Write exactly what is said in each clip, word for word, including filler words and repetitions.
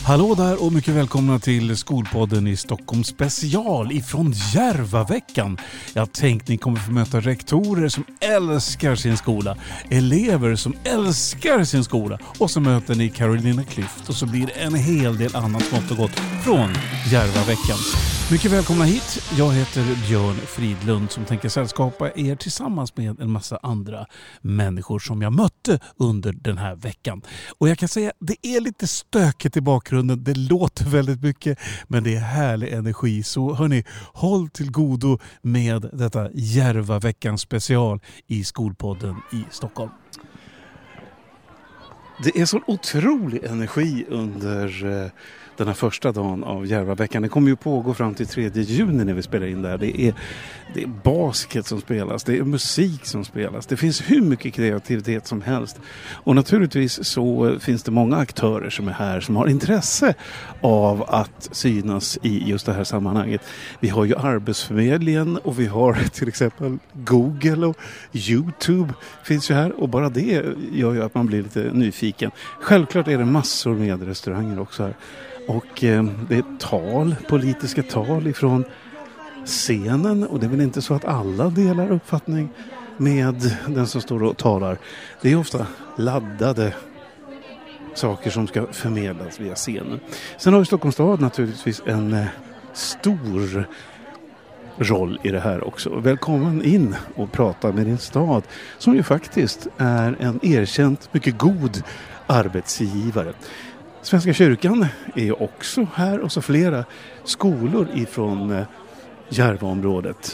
Hallå där och mycket välkomna till Skolpodden i Stockholm special ifrån Järvaveckan. Jag tänkte ni kommer få möta rektorer som älskar sin skola, elever som älskar sin skola och så möter ni Carolina Klüft och så blir det en hel del annat smått och gott från Järvaveckan. Mycket välkomna hit. Jag heter Björn Fridlund som tänker sällskapa er tillsammans med en massa andra människor som jag mötte under den här veckan. Och jag kan säga det är lite stökigt i bakgrunden. Det låter väldigt mycket men det är härlig energi. Så hörni, håll till godo med detta Järvaveckan special i Skolpodden i Stockholm. Det är så otrolig energi under eh, den här första dagen av Järvaveckan. Det kommer ju pågå fram till tredje juni när vi spelar in där. Det är, det är basket som spelas, det är musik som spelas. Det finns hur mycket kreativitet som helst. Och naturligtvis så finns det många aktörer som är här som har intresse av att synas i just det här sammanhanget. Vi har ju Arbetsförmedlingen och vi har till exempel Google och YouTube finns ju här. Och bara det gör ju att man blir lite nyfiken. Självklart är det massor med restauranger också här. Och eh, det är tal, politiska tal ifrån scenen. Och det är väl inte så att alla delar uppfattning med den som står och talar. Det är ofta laddade saker som ska förmedlas via scenen. Sen har ju Stockholms stad naturligtvis en eh, stor roll i det här också. Välkommen in och prata med din stad som ju faktiskt är en erkänt mycket god arbetsgivare. Svenska kyrkan är också här och så flera skolor ifrån eh, Järvaområdet.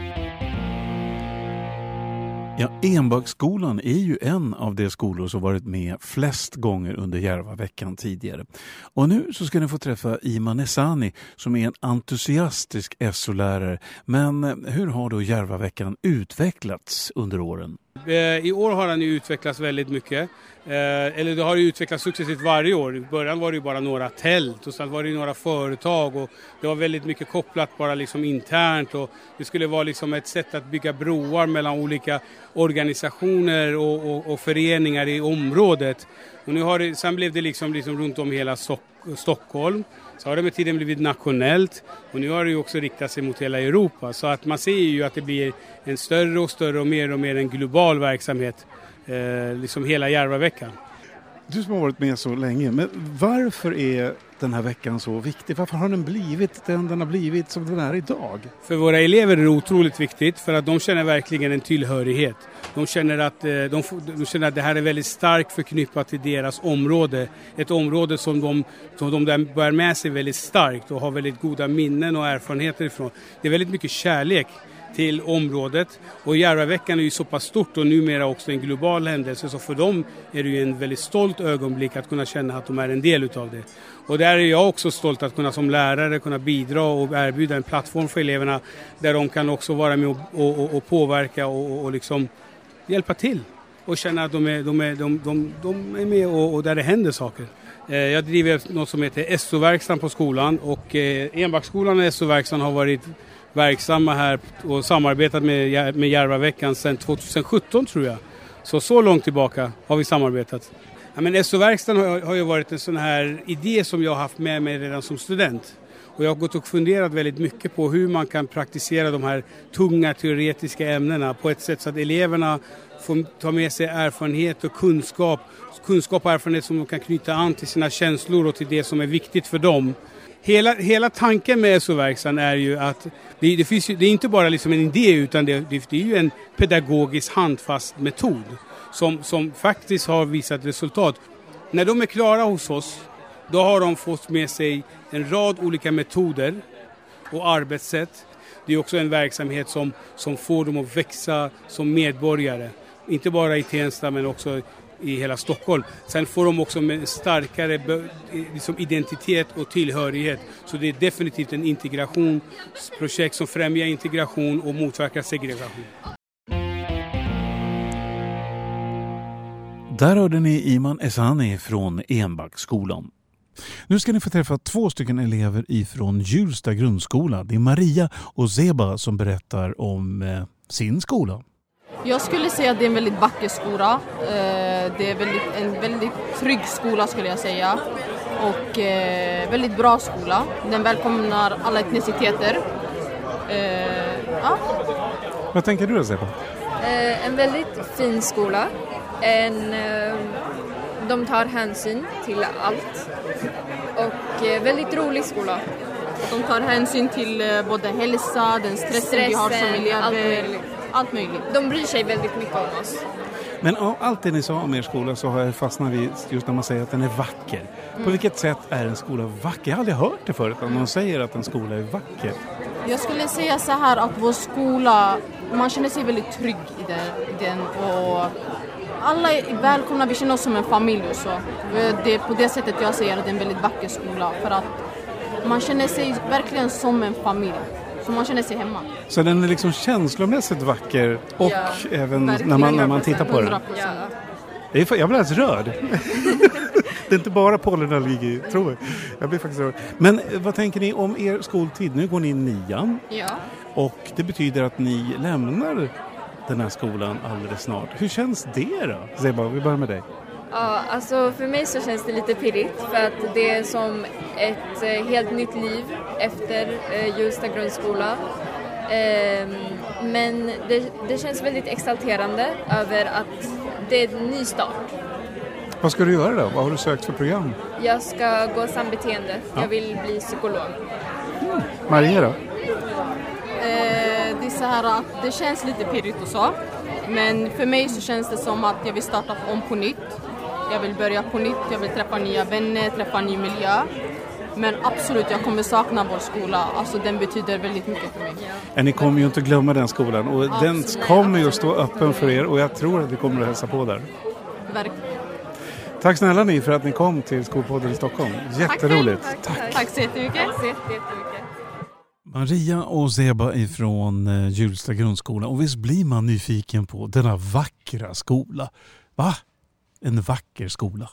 Ja, Enbaksskolan är ju en av de skolor som varit med flest gånger under Järvaveckan tidigare. Och nu så ska ni få träffa Iman Esani som är en entusiastisk S O-lärare. Men hur har då Järvaveckan utvecklats under åren? I år har den ju utvecklats väldigt mycket. Eller det har ju utvecklats successivt varje år. I början var det ju bara några tält och sen var det ju några företag och det var väldigt mycket kopplat bara liksom internt och det skulle vara liksom ett sätt att bygga broar mellan olika organisationer och, och, och föreningar i området. Och nu har det, sen blev det liksom, liksom runt om hela Stock- Stockholm. Så har det med tiden blivit nationellt och nu har det ju också riktat sig mot hela Europa. Så att man ser ju att det blir en större och större och mer och mer en global verksamhet. Eh, liksom hela Järvaveckan. Du som har varit med så länge, men varför är den här veckan så viktig? Varför har den blivit den den har blivit som den är idag? För våra elever är det otroligt viktigt för att de känner verkligen en tillhörighet. De känner att, de, de känner att det här är väldigt starkt förknippat till deras område. Ett område som de, som de där bär med sig väldigt starkt och har väldigt goda minnen och erfarenheter ifrån. Det är väldigt mycket kärlek till området och Järvaveckan är ju så pass stort och numera också en global händelse så för dem är det ju en väldigt stolt ögonblick att kunna känna att de är en del utav det. Och där är jag också stolt att kunna som lärare kunna bidra och erbjuda en plattform för eleverna där de kan också vara med och, och, och påverka och, och liksom hjälpa till och känna att de är, de är, de, de, de är med och, och där det händer saker. Jag driver något som heter S O-verkstan på skolan och Enbaksskolan och S O-verkstan har varit verksamma här och samarbetat med, med Järvaveckan sedan tjugohundrasjutton tror jag. Så så långt tillbaka har vi samarbetat. Ja, men S O-verkstan har, har ju varit en sån här idé som jag har haft med mig redan som student. Och jag har gått och funderat väldigt mycket på hur man kan praktisera de här tunga teoretiska ämnena på ett sätt så att eleverna får ta med sig erfarenhet och kunskap. Kunskap och erfarenhet som de kan knyta an till sina känslor och till det som är viktigt för dem. Hela, hela tanken med S O-verkstan är ju att det, det, finns ju, det är inte bara liksom en idé utan det, det, det är ju en pedagogisk handfast metod som, som faktiskt har visat resultat. När de är klara hos oss då har de fått med sig en rad olika metoder och arbetssätt. Det är också en verksamhet som, som får dem att växa som medborgare. Inte bara i Tensta men också i hela Stockholm. Sen får de också med starkare liksom identitet och tillhörighet. Så det är definitivt en integrationsprojekt som främjar integration och motverkar segregation. Där hörde ni Iman Esani från Enbaksskolan. Nu ska ni få träffa två stycken elever ifrån Hjulsta grundskola. Det är Maria och Zeba som berättar om eh, sin skola. Jag skulle säga att det är en väldigt vacker skola. Det är väldigt, en väldigt trygg skola skulle jag säga. och eh, väldigt bra skola. Den välkomnar alla etniciteter. Eh, ja. Vad tänker du då, Zeba? Eh, en väldigt fin skola. En, eh, de tar hänsyn till allt. Och eh, väldigt rolig skola. De tar hänsyn till eh, både hälsa, den stressen, stressen vi har som elever. Allt möjligt. allt möjligt. De bryr sig väldigt mycket om oss. Men av allt det ni sa om er skola så har jag fastnat vid just när man säger att den är vacker. Mm. På vilket sätt är en skola vacker? Jag har aldrig hört det förut att någon säger att en skola är vacker. Jag skulle säga så här att vår skola, man känner sig väldigt trygg i den. I den och alla är välkomna, vi känner oss som en familj och så. Det är på det sättet jag säger att det är en väldigt vacker skola. För att man känner sig verkligen som en familj. Så man känner sig hemma. Så den är liksom känslomässigt vacker och ja, även när man, när man tittar på den. Ja. Det är, jag blir alldeles rörd. Det är inte bara pollenallergi, tror jag. Jag blir faktiskt rörd. Men vad tänker ni om er skoltid? Nu går ni i nian. Ja. Och det betyder att ni lämnar den här skolan alldeles snart. Hur känns det då? Zeba, vi börjar med dig. Ja, alltså för mig så känns det lite pirrigt för att det är som ett eh, helt nytt liv efter eh, Hjulsta grundskola. Eh, men det, det känns väldigt exalterande över att det är en ny start. Vad ska du göra då? Vad har du sökt för program? Jag ska gå sambeteende. Ja. Jag vill bli psykolog. Mm. Maria då? Eh, det är så här att det känns lite pirrigt och så. Men för mig så känns det som att jag vill starta om på nytt. Jag vill börja på nytt, jag vill träffa nya vänner, träffa ny miljö. Men absolut, jag kommer sakna vår skola. Alltså den betyder väldigt mycket för mig. Ja, ni kommer ju inte glömma den skolan. Och absolut, den kommer ju att stå öppen för er. Och jag tror att vi kommer att hälsa på där. Verkligen. Tack snälla ni för att ni kom till Skolpodden i Stockholm. Jätteroligt. Tack, tack, tack. Tack så jättemycket. Tack så jättemycket. Maria och Zeba ifrån Hjulsta grundskola. Och visst blir man nyfiken på denna vackra skola. Va? En vacker skola.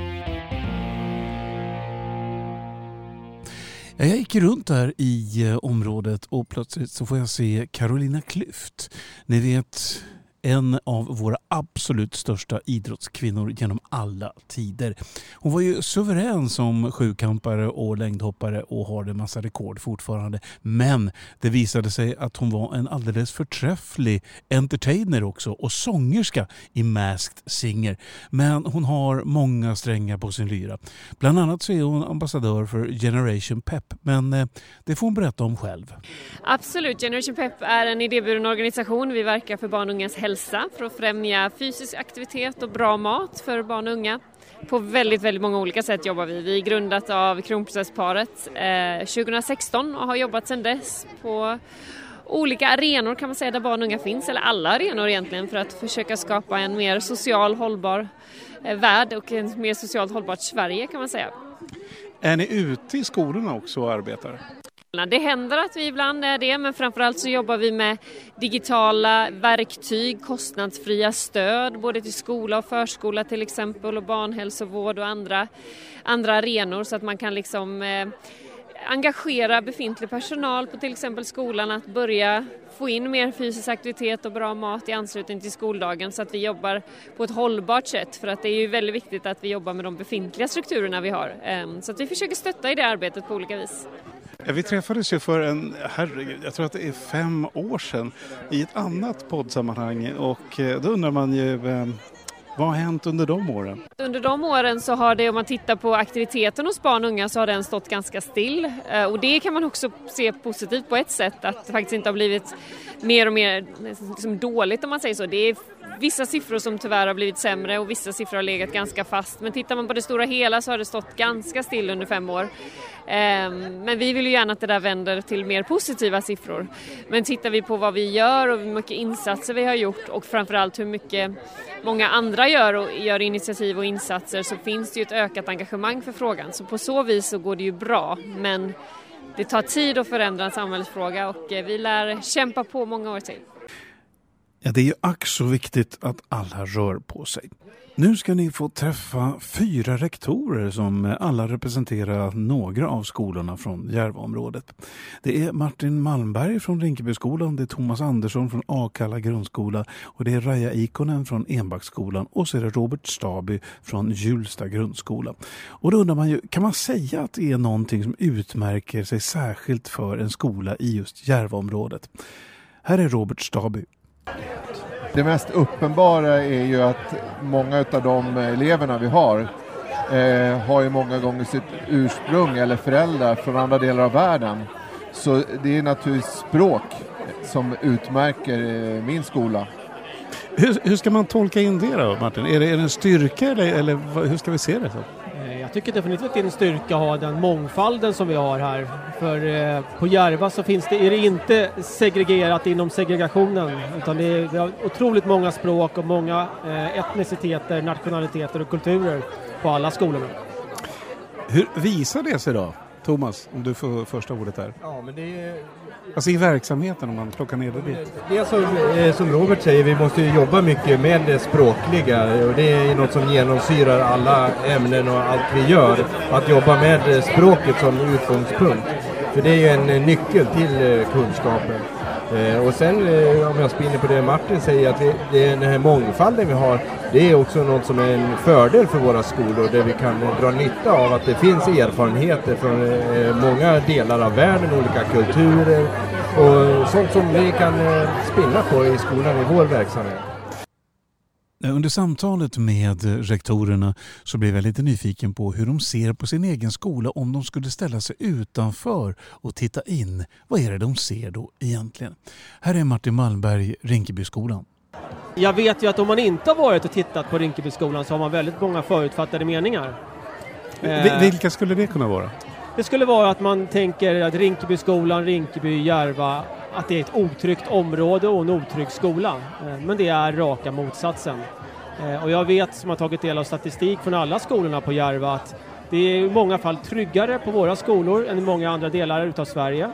Jag gick runt där i området och plötsligt så får jag se Carolina Klüft. Ni vet, en av våra absolut största idrottskvinnor genom alla tider. Hon var ju suverän som sjukampare och längdhoppare och har en massa rekord fortfarande. Men det visade sig att hon var en alldeles förträfflig entertainer också och sångerska i Masked Singer. Men hon har många strängar på sin lyra. Bland annat så är hon ambassadör för Generation Pep. Men eh, det får hon berätta om själv. Absolut, Generation Pep är en idéburen organisation. Vi verkar för barn och ungas hälsa för att främja fysisk aktivitet och bra mat för barn och unga. På väldigt, väldigt många olika sätt jobbar vi. Vi är grundat av Kronprinsessparet eh, tjugohundrasexton och har jobbat sedan dess på olika arenor kan man säga där barn och unga finns. Eller alla arenor egentligen för att försöka skapa en mer social hållbar eh, värld och en mer socialt hållbart Sverige kan man säga. Är ni ute i skolorna också och arbetar? Det händer att vi ibland är det, men framförallt så jobbar vi med digitala verktyg, kostnadsfria stöd både till skola och förskola till exempel och barnhälsovård och andra, andra arenor så att man kan liksom eh, engagera befintlig personal på till exempel skolan att börja få in mer fysisk aktivitet och bra mat i anslutning till skoldagen så att vi jobbar på ett hållbart sätt för att det är ju väldigt viktigt att vi jobbar med de befintliga strukturerna vi har. Eh, så att vi försöker stötta i det arbetet på olika vis. Vi träffades ju för en, herregud, jag tror att det är fem år sedan i ett annat poddsammanhang och då undrar man ju, vad har hänt under de åren? Under de åren så har det, om man tittar på aktiviteten hos barn och unga så har den stått ganska still och det kan man också se positivt på ett sätt att det faktiskt inte har blivit mer och mer liksom dåligt om man säger så. Det är vissa siffror som tyvärr har blivit sämre och vissa siffror har legat ganska fast. Men tittar man på det stora hela så har det stått ganska still under fem år. Men vi vill ju gärna att det där vänder till mer positiva siffror. Men tittar vi på vad vi gör och hur mycket insatser vi har gjort och framförallt hur mycket många andra gör och gör initiativ och insatser så finns det ju ett ökat engagemang för frågan. Så på så vis så går det ju bra. Men det tar tid att förändra en samhällsfråga och vi lär kämpa på många år till. Ja, det är ju också viktigt att alla rör på sig. Nu ska ni få träffa fyra rektorer som alla representerar några av skolorna från Järvaområdet. Det är Martin Malmberg från Rinkebyskolan, det är Thomas Andersson från Akalla grundskola och det är Raja Ikonen från Enbacksskolan och så är det Robert Staby från Hjulsta grundskola. Och då undrar man ju, kan man säga att det är någonting som utmärker sig särskilt för en skola i just Järvaområdet? Här är Robert Staby. Det mest uppenbara är ju att många av de eleverna vi har eh, har ju många gånger sitt ursprung eller föräldrar från andra delar av världen. Så det är naturligtvis språk som utmärker eh, min skola. Hur, hur ska man tolka in det då, Martin? Är det, är det en styrka eller, eller hur ska vi se det så? Jag tycker definitivt att det är en styrka att ha den mångfalden som vi har här. För eh, på Järva så finns det, är det inte segregerat inom segregationen, utan det är, vi har otroligt många språk och många eh, etniciteter, nationaliteter och kulturer på alla skolorna. Hur visar det sig då, Thomas, om du får första ordet här? Ja, men det är... Alltså i verksamheten om man plockar ner det dit. Det är som, eh, som Robert säger, vi måste ju jobba mycket med det språkliga och det är något som genomsyrar alla ämnen och allt vi gör. Att jobba med språket som utgångspunkt. För det är ju en nyckel till eh, kunskapen. Eh, och sen eh, om jag spinner på det Martin säger, att vi, det, den här mångfalden vi har, det är också något som är en fördel för våra skolor där vi kan eh, dra nytta av att det finns erfarenheter från eh, många delar av världen, olika kulturer och sånt som vi kan eh, spinna på i skolan i vår verksamhet. Under samtalet med rektorerna så blev jag lite nyfiken på hur de ser på sin egen skola om de skulle ställa sig utanför och titta in. Vad är det de ser då egentligen? Här är Martin Malmberg, Rinkebyskolan. Jag vet ju att om man inte har varit och tittat på Rinkebyskolan så har man väldigt många förutfattade meningar. Vil- vilka skulle det kunna vara? Det skulle vara att man tänker att Rinkebyskolan, Rinkeby, Järva, att det är ett otryggt område och en otrygg skola. Men det är raka motsatsen. Och jag vet, som har tagit del av statistik från alla skolorna på Järva, att det är i många fall tryggare på våra skolor än i många andra delar utav Sverige.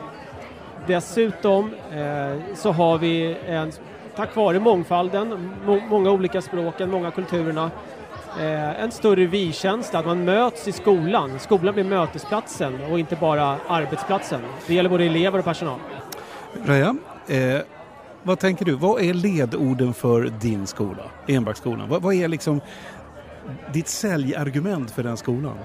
Dessutom eh, så har vi, en, tack vare mångfalden, må, många olika språken, många kulturerna, eh, en större vi-känsla, att man möts i skolan. Skolan blir mötesplatsen och inte bara arbetsplatsen. Det gäller både elever och personal. Raja, eh, vad tänker du? Vad är ledorden för din skola, Enbacksskolan? Vad, vad är liksom ditt säljargument för den skolan?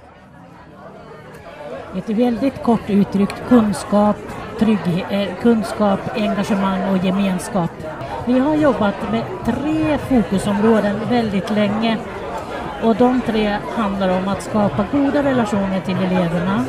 Ett väldigt kort uttryckt kunskap, trygghet, eh, kunskap, engagemang och gemenskap. Vi har jobbat med tre fokusområden väldigt länge och de tre handlar om att skapa goda relationer till eleverna,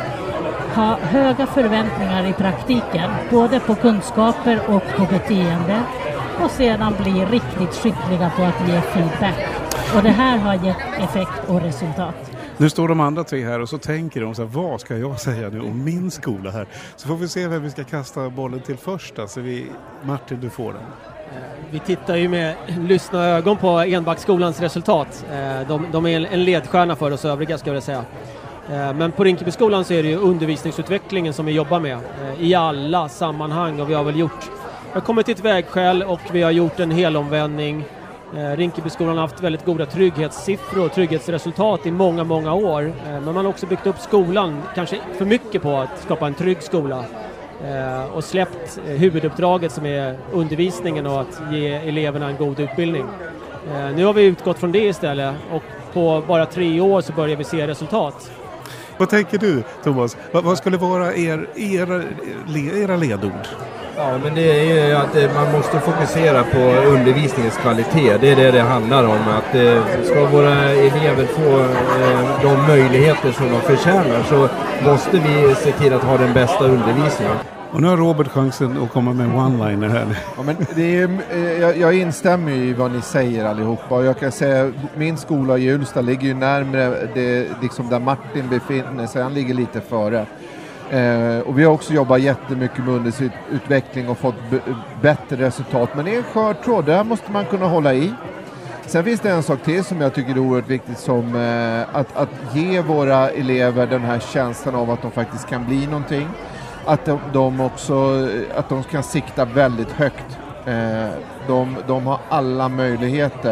ha höga förväntningar i praktiken, både på kunskaper och på beteende och sedan bli riktigt skickliga på att ge feedback. Och det här har gett effekt och resultat. Nu står de andra tre här och så tänker de så här, vad ska jag säga nu om min skola här? Så får vi se vem vi ska kasta bollen till först. Så vi, Martin, du får den. Vi tittar ju med lyssna ögon på Enbacksskolans resultat. De, de är en ledstjärna för oss övriga, ska jag säga. Men på Rinkebyskolan så är det ju undervisningsutvecklingen som vi jobbar med i alla sammanhang, och vi har väl gjort, vi har kommit till ett vägskäl och vi har gjort en helomvändning. Rinkebyskolan har haft väldigt goda trygghetssiffror och trygghetsresultat i många, många år. Men man har också byggt upp skolan kanske för mycket på att skapa en trygg skola och släppt huvuduppdraget som är undervisningen och att ge eleverna en god utbildning. Nu har vi utgått från det istället och på bara tre år så börjar vi se resultat. Vad tänker du, Thomas? Vad, vad skulle vara er, era, era ledord? Ja, men det är att man måste fokusera på undervisningens kvalitet. Det är det det handlar om. Att ska våra elever få de möjligheter som de förtjänar så måste vi se till att ha den bästa undervisningen. Och nu har Robert chansen att komma med en one-liner här. Ja, men det är, jag, jag instämmer i vad ni säger allihopa. Och jag kan säga min skola i Hjulsta ligger ju närmare det, liksom där Martin befinner sig. Han ligger lite före. Eh, och vi har också jobbat jättemycket med undervisningsutveckling och fått b- bättre resultat. Men det är en skör tråd, där måste man kunna hålla i. Sen finns det en sak till som jag tycker är oerhört viktigt, som eh, att, att ge våra elever den här känslan av att de faktiskt kan bli någonting. Att de, de också att de kan sikta väldigt högt. Eh, de, de har alla möjligheter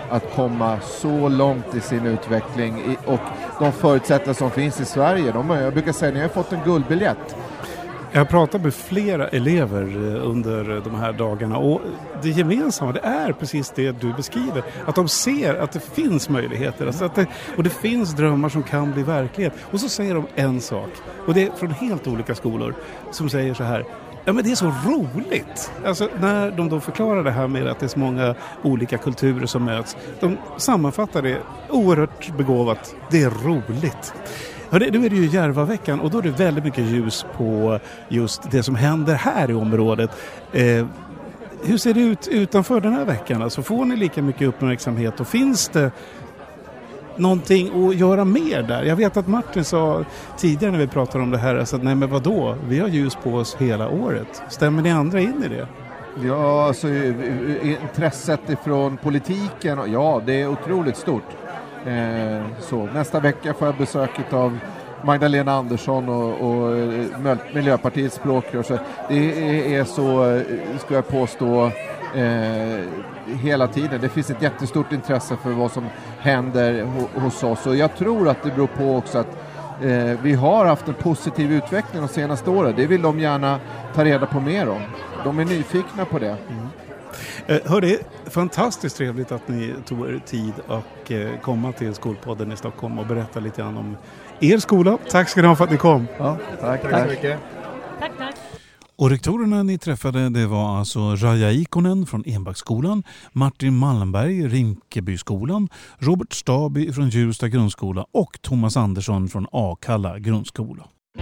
att komma så långt i sin utveckling i, och de förutsättningar som finns i Sverige. De, jag brukar säga att ni har fått en guldbiljett. Jag har pratat med flera elever under de här dagarna och det gemensamma det är precis det du beskriver. Att de ser att det finns möjligheter alltså att det, och det finns drömmar som kan bli verklighet. Och så säger de en sak och det är från helt olika skolor som säger så här. Ja men det är så roligt. Alltså när de då förklarar det här med att det är så många olika kulturer som möts. De sammanfattar det oerhört begåvat. Det är roligt. Hörde, nu är det ju Järvaveckan och då är det väldigt mycket ljus på just det som händer här i området. Eh, hur ser det ut utanför den här veckan? Alltså får ni lika mycket uppmärksamhet och finns det någonting att göra mer där? Jag vet att Martin sa tidigare när vi pratade om det här alltså att nej men vadå? Vi har ljus på oss hela året. Stämmer ni andra in i det? Ja, alltså intresset ifrån politiken, ja det är otroligt stort. Eh, så nästa vecka får jag besöket av Magdalena Andersson och, och Miljöpartiets språkrör. Så det är, är så, ska jag påstå, eh, hela tiden. Det finns ett jättestort intresse för vad som händer ho, hos oss. Och jag tror att det beror på också att eh, vi har haft en positiv utveckling de senaste åren. Det vill de gärna ta reda på mer om. De är nyfikna på det. Mm. Eh, hörde, fantastiskt trevligt att ni tog er tid att eh, komma till Skolpodden i Stockholm och berätta lite grann om er skola. Tack ska ni ha för att ni kom. Ja, tack, tack, tack så mycket. Tack, tack. Och rektorerna ni träffade det var alltså Raja Ikonen från Enbacksskolan, Martin Malmberg, Rinkebyskolan, Robert Staby från Hjulsta grundskola och Thomas Andersson från Akalla grundskola.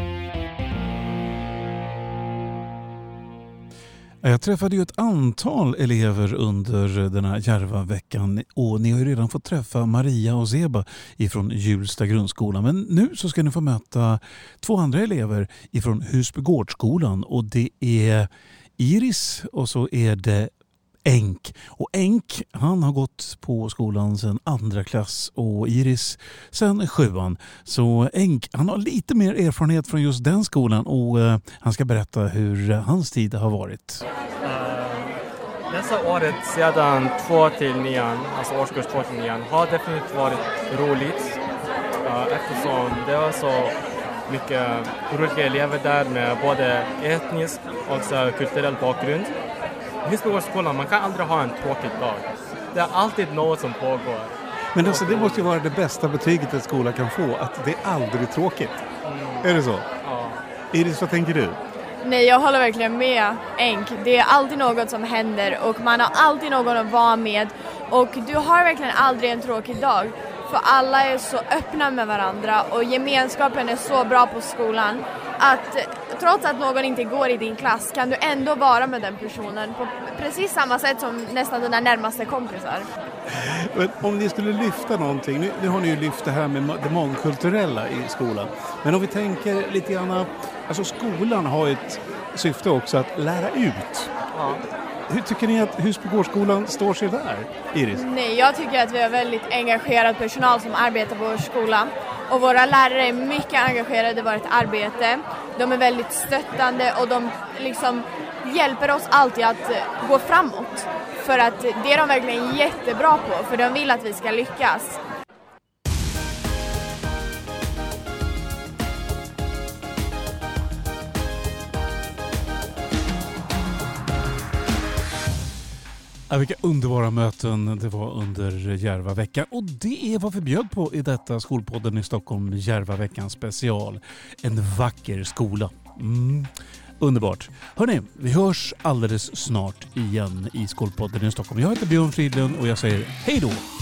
Jag träffade ju ett antal elever under den här Järvaveckan och ni har ju redan fått träffa Maria och Zeba ifrån Hjulsta grundskolan. Men nu så ska ni få möta två andra elever ifrån Husbygårdsskolan och det är Iris och så är det Enk. Och Enk, han har gått på skolan sedan andra klass och Iris sedan sjuan. Så Enk, han har lite mer erfarenhet från just den skolan och uh, han ska berätta hur hans tid har varit. Uh, dessa året sedan två till nian, alltså årskurs två till nian, har definitivt varit roligt. Uh, eftersom det var så mycket roliga elever där med både etnisk och så kulturell bakgrund. I Husbygårdsskolan, man kan aldrig ha en tråkig dag. Det är alltid något som pågår. Men alltså, det måste ju vara det bästa betyget en skola kan få, att det är aldrig tråkigt. Mm. Är det så? Ja. Iris, vad tänker du? Nej, jag håller verkligen med Enk. Det är alltid något som händer och man har alltid någon att vara med. Och du har verkligen aldrig en tråkig dag. För alla är så öppna med varandra och gemenskapen är så bra på skolan att trots att någon inte går i din klass kan du ändå vara med den personen på precis samma sätt som nästan dina närmaste kompisar. Men om ni skulle lyfta någonting, nu, nu har ni ju lyft det här med det mångkulturella i skolan. Men om vi tänker lite grann, alltså skolan har ett syfte också att lära ut. Ja. Hur tycker ni att Husbygårdsskolan står sig där, Iris? Nej, jag tycker att vi har väldigt engagerad personal som arbetar på vår skola. Och våra lärare är mycket engagerade i vårt arbete. De är väldigt stöttande och de liksom hjälper oss alltid att gå framåt. För att det är de verkligen jättebra på, för de vill att vi ska lyckas. Ja, vilka underbara möten det var under Järvaveckan. Och det är vad vi bjöd på i detta Skolpodden i Stockholm, Järvaveckan special. En vacker skola. Mm. Underbart. Hörrni, vi hörs alldeles snart igen i Skolpodden i Stockholm. Jag heter Björn Fridlund och jag säger hej då!